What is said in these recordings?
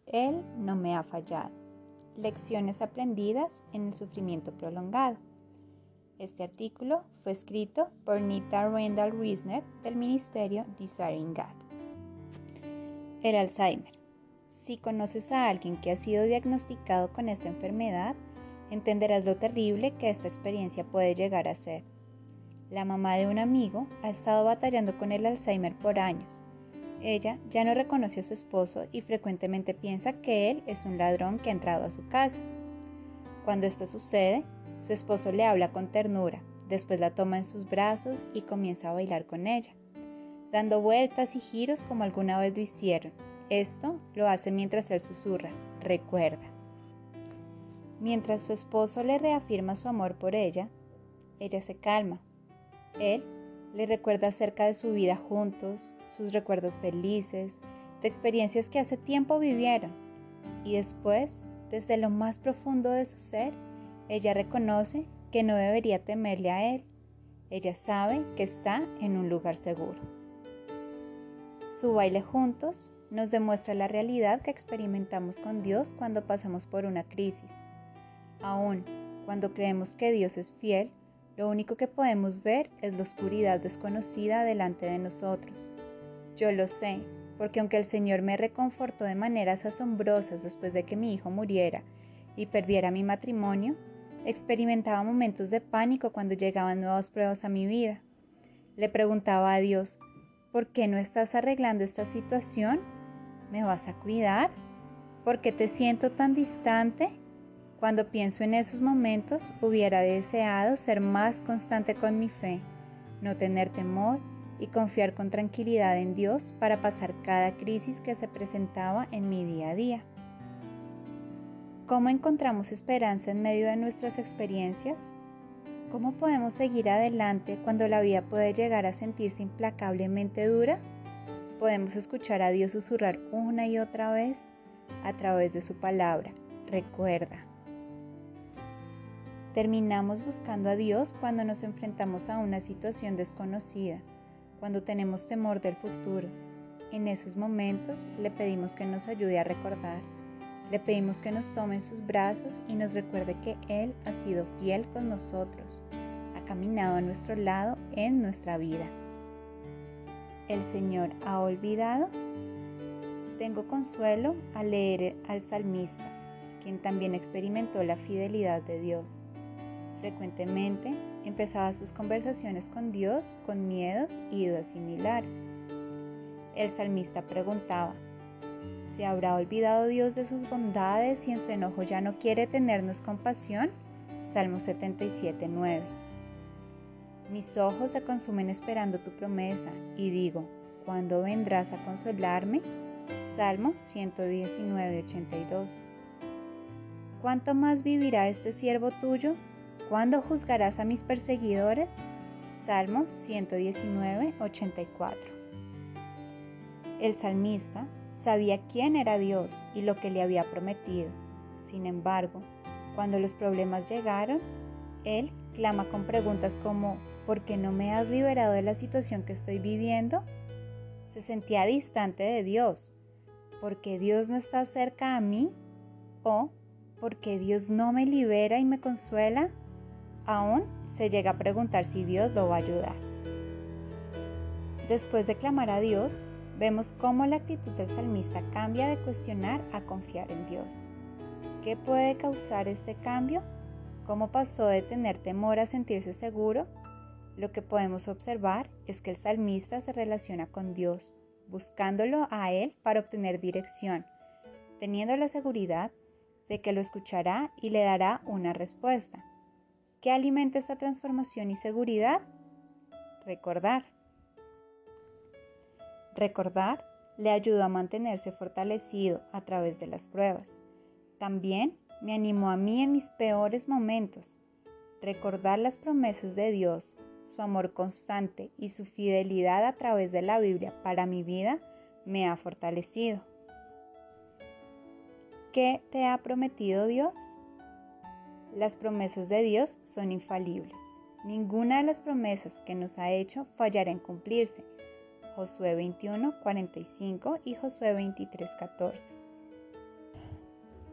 Él no me ha fallado. Lecciones aprendidas en el sufrimiento prolongado. Este artículo fue escrito por Nita Randall Reisner del Ministerio Desiring God. El Alzheimer. Si conoces a alguien que ha sido diagnosticado con esta enfermedad, entenderás lo terrible que esta experiencia puede llegar a ser. La mamá de un amigo ha estado batallando con el Alzheimer por años. Ella ya no reconoce a su esposo y frecuentemente piensa que él es un ladrón que ha entrado a su casa. Cuando esto sucede, su esposo le habla con ternura, después la toma en sus brazos y comienza a bailar con ella, dando vueltas y giros como alguna vez lo hicieron. Esto lo hace mientras él susurra, recuerda. Mientras su esposo le reafirma su amor por ella se calma. Él le recuerda acerca de su vida juntos, sus recuerdos felices, de experiencias que hace tiempo vivieron. Y después, desde lo más profundo de su ser, ella reconoce que no debería temerle a él. Ella sabe que está en un lugar seguro. Su baile juntos nos demuestra la realidad que experimentamos con Dios cuando pasamos por una crisis. Aún cuando creemos que Dios es fiel, lo único que podemos ver es la oscuridad desconocida delante de nosotros. Yo lo sé, porque aunque el Señor me reconfortó de maneras asombrosas después de que mi hijo muriera y perdiera mi matrimonio, experimentaba momentos de pánico cuando llegaban nuevas pruebas a mi vida. Le preguntaba a Dios, ¿por qué no estás arreglando esta situación? ¿Me vas a cuidar? ¿Por qué te siento tan distante? Cuando pienso en esos momentos, hubiera deseado ser más constante con mi fe, no tener temor y confiar con tranquilidad en Dios para pasar cada crisis que se presentaba en mi día a día. ¿Cómo encontramos esperanza en medio de nuestras experiencias? ¿Cómo podemos seguir adelante cuando la vida puede llegar a sentirse implacablemente dura? Podemos escuchar a Dios susurrar una y otra vez a través de su palabra. Recuerda. Terminamos buscando a Dios cuando nos enfrentamos a una situación desconocida, cuando tenemos temor del futuro. En esos momentos le pedimos que nos ayude a recordar. Le pedimos que nos tome en sus brazos y nos recuerde que Él ha sido fiel con nosotros, ha caminado a nuestro lado en nuestra vida. ¿El Señor ha olvidado? Tengo consuelo al leer al salmista, quien también experimentó la fidelidad de Dios. Frecuentemente empezaba sus conversaciones con Dios con miedos y dudas similares. El salmista preguntaba, ¿se habrá olvidado Dios de sus bondades y en su enojo ya no quiere tenernos compasión? Salmo 77:9. Mis ojos se consumen esperando tu promesa y digo, ¿cuándo vendrás a consolarme? Salmo 119:82. ¿Cuánto más vivirá este siervo tuyo? ¿Cuándo juzgarás a mis perseguidores? Salmo 119:84. El salmista sabía quién era Dios y lo que le había prometido. Sin embargo, cuando los problemas llegaron, él clama con preguntas como ¿por qué no me has liberado de la situación que estoy viviendo? Se sentía distante de Dios. ¿Por qué Dios no está cerca a mí? ¿O por qué Dios no me libera y me consuela? Aún se llega a preguntar si Dios lo va a ayudar. Después de clamar a Dios, vemos cómo la actitud del salmista cambia de cuestionar a confiar en Dios. ¿Qué puede causar este cambio? ¿Cómo pasó de tener temor a sentirse seguro? Lo que podemos observar es que el salmista se relaciona con Dios, buscándolo a Él para obtener dirección, teniendo la seguridad de que lo escuchará y le dará una respuesta. ¿Qué alimenta esta transformación y seguridad? Recordar. Recordar le ayudó a mantenerse fortalecido a través de las pruebas. También me animó a mí en mis peores momentos. Recordar las promesas de Dios, su amor constante y su fidelidad a través de la Biblia para mi vida me ha fortalecido. ¿Qué te ha prometido Dios? Las promesas de Dios son infalibles. Ninguna de las promesas que nos ha hecho fallará en cumplirse. Josué 21:45 y Josué 23:14.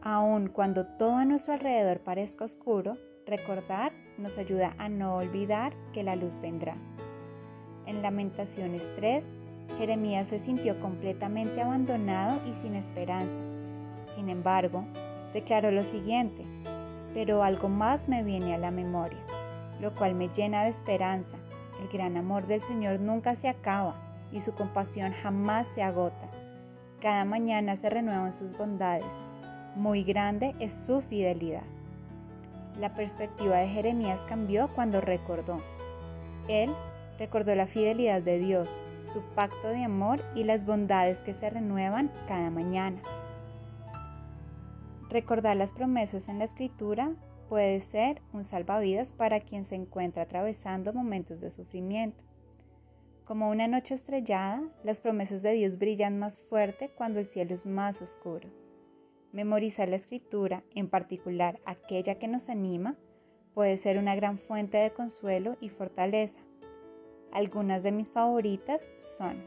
Aun cuando todo a nuestro alrededor parezca oscuro, recordar nos ayuda a no olvidar que la luz vendrá. En Lamentaciones 3, Jeremías se sintió completamente abandonado y sin esperanza. Sin embargo, declaró lo siguiente: pero algo más me viene a la memoria, lo cual me llena de esperanza. El gran amor del Señor nunca se acaba y su compasión jamás se agota. Cada mañana se renuevan sus bondades. Muy grande es su fidelidad. La perspectiva de Jeremías cambió cuando recordó. Él recordó la fidelidad de Dios, su pacto de amor y las bondades que se renuevan cada mañana. Recordar las promesas en la Escritura puede ser un salvavidas para quien se encuentra atravesando momentos de sufrimiento. Como una noche estrellada, las promesas de Dios brillan más fuerte cuando el cielo es más oscuro. Memorizar la Escritura, en particular aquella que nos anima, puede ser una gran fuente de consuelo y fortaleza. Algunas de mis favoritas son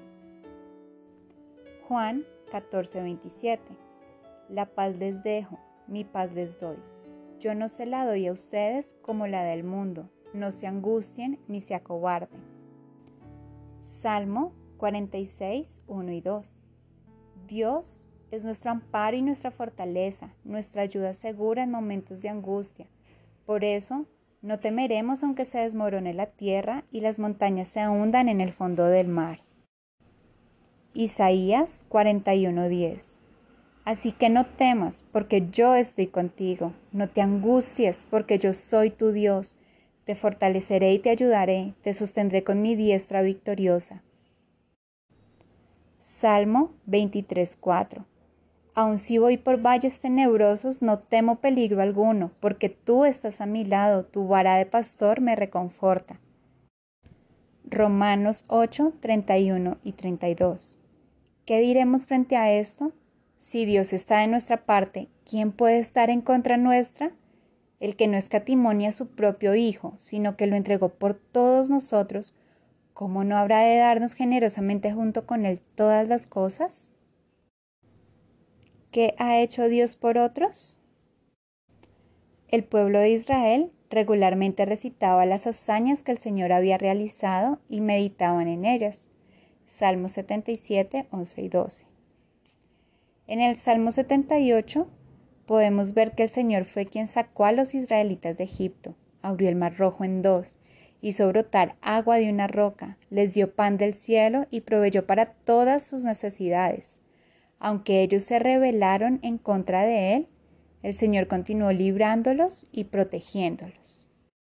Juan 14:27. La paz les dejo, mi paz les doy. Yo no se la doy a ustedes como la del mundo. No se angustien ni se acobarden. Salmo 46, 1 y 2. Dios es nuestro amparo y nuestra fortaleza, nuestra ayuda segura en momentos de angustia. Por eso, no temeremos aunque se desmorone la tierra y las montañas se hundan en el fondo del mar. Isaías 41:10. Así que no temas, porque yo estoy contigo. No te angusties, porque yo soy tu Dios. Te fortaleceré y te ayudaré, te sostendré con mi diestra victoriosa. Salmo 23:4. Aun si voy por valles tenebrosos, no temo peligro alguno, porque tú estás a mi lado, tu vara de pastor me reconforta. Romanos 8, 31 y 32. ¿Qué diremos frente a esto? Si Dios está de nuestra parte, ¿quién puede estar en contra nuestra? El que no escatimó a su propio Hijo, sino que lo entregó por todos nosotros, ¿cómo no habrá de darnos generosamente junto con Él todas las cosas? ¿Qué ha hecho Dios por otros? El pueblo de Israel regularmente recitaba las hazañas que el Señor había realizado y meditaban en ellas. Salmo 77, 11 y 12. En el Salmo 78 podemos ver que el Señor fue quien sacó a los israelitas de Egipto, abrió el mar rojo en dos, hizo brotar agua de una roca, les dio pan del cielo y proveyó para todas sus necesidades. Aunque ellos se rebelaron en contra de Él, el Señor continuó librándolos y protegiéndolos.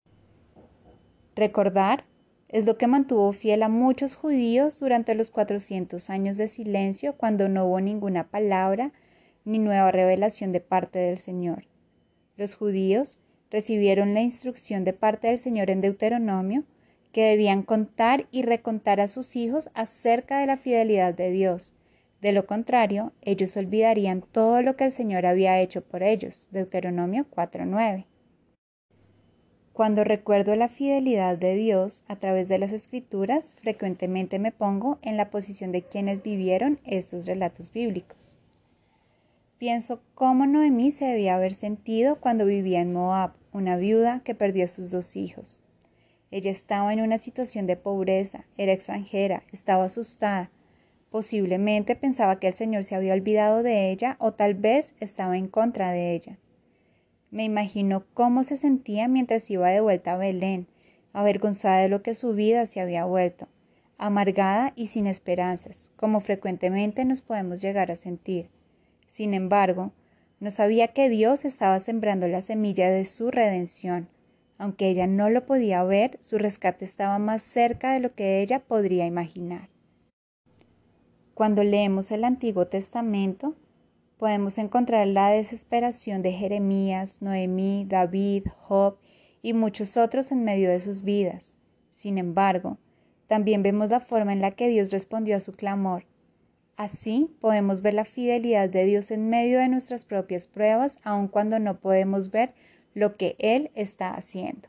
Recordar es lo que mantuvo fiel a muchos judíos durante los 400 años de silencio cuando no hubo ninguna palabra ni nueva revelación de parte del Señor. Los judíos recibieron la instrucción de parte del Señor en Deuteronomio que debían contar y recontar a sus hijos acerca de la fidelidad de Dios. De lo contrario, ellos olvidarían todo lo que el Señor había hecho por ellos. Deuteronomio 4:9. Cuando recuerdo la fidelidad de Dios a través de las Escrituras, frecuentemente me pongo en la posición de quienes vivieron estos relatos bíblicos. Pienso cómo Noemí se debía haber sentido cuando vivía en Moab, una viuda que perdió a sus 2 hijos. Ella estaba en una situación de pobreza, era extranjera, estaba asustada. Posiblemente pensaba que el Señor se había olvidado de ella o tal vez estaba en contra de ella. Me imagino cómo se sentía mientras iba de vuelta a Belén, avergonzada de lo que su vida se había vuelto, amargada y sin esperanzas, como frecuentemente nos podemos llegar a sentir. Sin embargo, no sabía que Dios estaba sembrando la semilla de su redención. Aunque ella no lo podía ver, su rescate estaba más cerca de lo que ella podría imaginar. Cuando leemos el Antiguo Testamento, podemos encontrar la desesperación de Jeremías, Noemí, David, Job y muchos otros en medio de sus vidas. Sin embargo, también vemos la forma en la que Dios respondió a su clamor. Así podemos ver la fidelidad de Dios en medio de nuestras propias pruebas, aun cuando no podemos ver lo que Él está haciendo.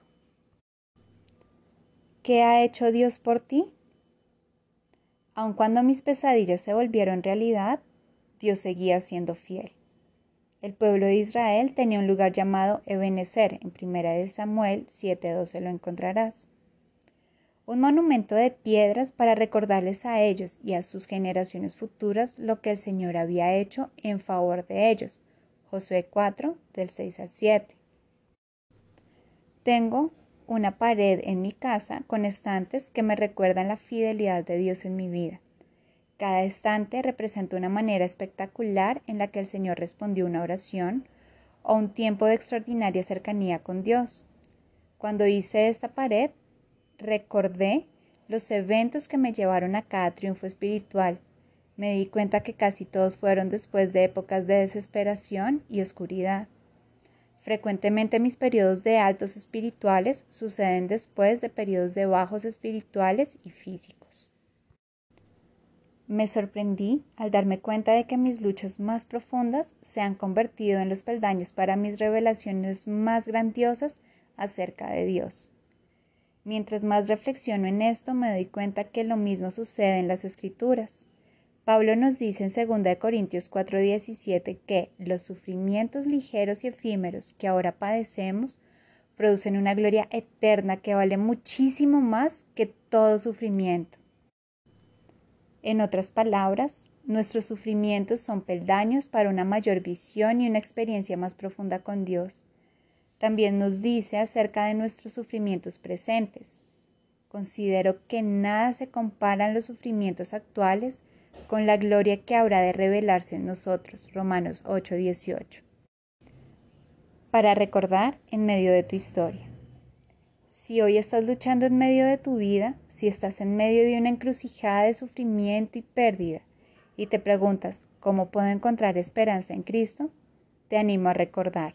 ¿Qué ha hecho Dios por ti? Aun cuando mis pesadillas se volvieron realidad, Dios seguía siendo fiel. El pueblo de Israel tenía un lugar llamado Ebenezer. En 1 Samuel 7:12 lo encontrarás. Un monumento de piedras para recordarles a ellos y a sus generaciones futuras lo que el Señor había hecho en favor de ellos. Josué 4, del 6 al 7. Tengo una pared en mi casa con estantes que me recuerdan la fidelidad de Dios en mi vida. Cada estante representa una manera espectacular en la que el Señor respondió una oración o un tiempo de extraordinaria cercanía con Dios. Cuando hice esta pared, recordé los eventos que me llevaron a cada triunfo espiritual. Me di cuenta que casi todos fueron después de épocas de desesperación y oscuridad. Frecuentemente mis periodos de altos espirituales suceden después de periodos de bajos espirituales y físicos. Me sorprendí al darme cuenta de que mis luchas más profundas se han convertido en los peldaños para mis revelaciones más grandiosas acerca de Dios. Mientras más reflexiono en esto, me doy cuenta que lo mismo sucede en las Escrituras. Pablo nos dice en 2 Corintios 4:17 que los sufrimientos ligeros y efímeros que ahora padecemos producen una gloria eterna que vale muchísimo más que todo sufrimiento. En otras palabras, nuestros sufrimientos son peldaños para una mayor visión y una experiencia más profunda con Dios. También nos dice acerca de nuestros sufrimientos presentes. Considero que nada se compara en los sufrimientos actuales con la gloria que habrá de revelarse en nosotros. Romanos 8:18. Para recordar en medio de tu historia. Si hoy estás luchando en medio de tu vida, si estás en medio de una encrucijada de sufrimiento y pérdida, y te preguntas, ¿cómo puedo encontrar esperanza en Cristo?, te animo a recordar.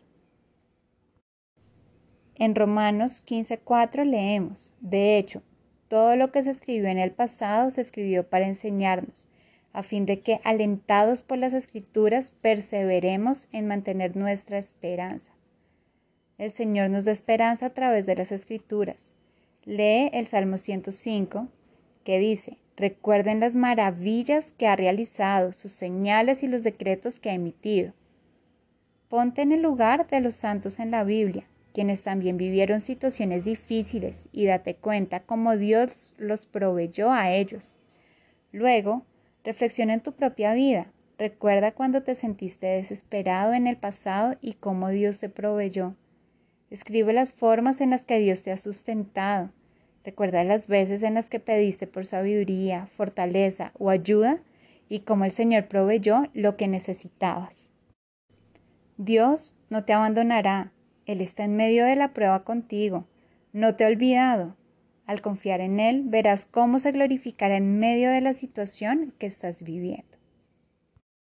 En Romanos 15:4 leemos, de hecho, todo lo que se escribió en el pasado se escribió para enseñarnos, a fin de que, alentados por las Escrituras, perseveremos en mantener nuestra esperanza. El Señor nos da esperanza a través de las Escrituras. Lee el Salmo 105, que dice, recuerden las maravillas que ha realizado, sus señales y los decretos que ha emitido. Ponte en el lugar de los santos en la Biblia, quienes también vivieron situaciones difíciles, y date cuenta cómo Dios los proveyó a ellos. Luego, reflexiona en tu propia vida. Recuerda cuando te sentiste desesperado en el pasado y cómo Dios te proveyó. Escribe las formas en las que Dios te ha sustentado. Recuerda las veces en las que pediste por sabiduría, fortaleza o ayuda y cómo el Señor proveyó lo que necesitabas. Dios no te abandonará. Él está en medio de la prueba contigo. No te ha olvidado. Al confiar en Él, verás cómo se glorificará en medio de la situación que estás viviendo.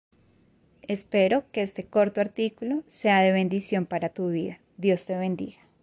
Espero que este corto artículo sea de bendición para tu vida. Dios te bendiga.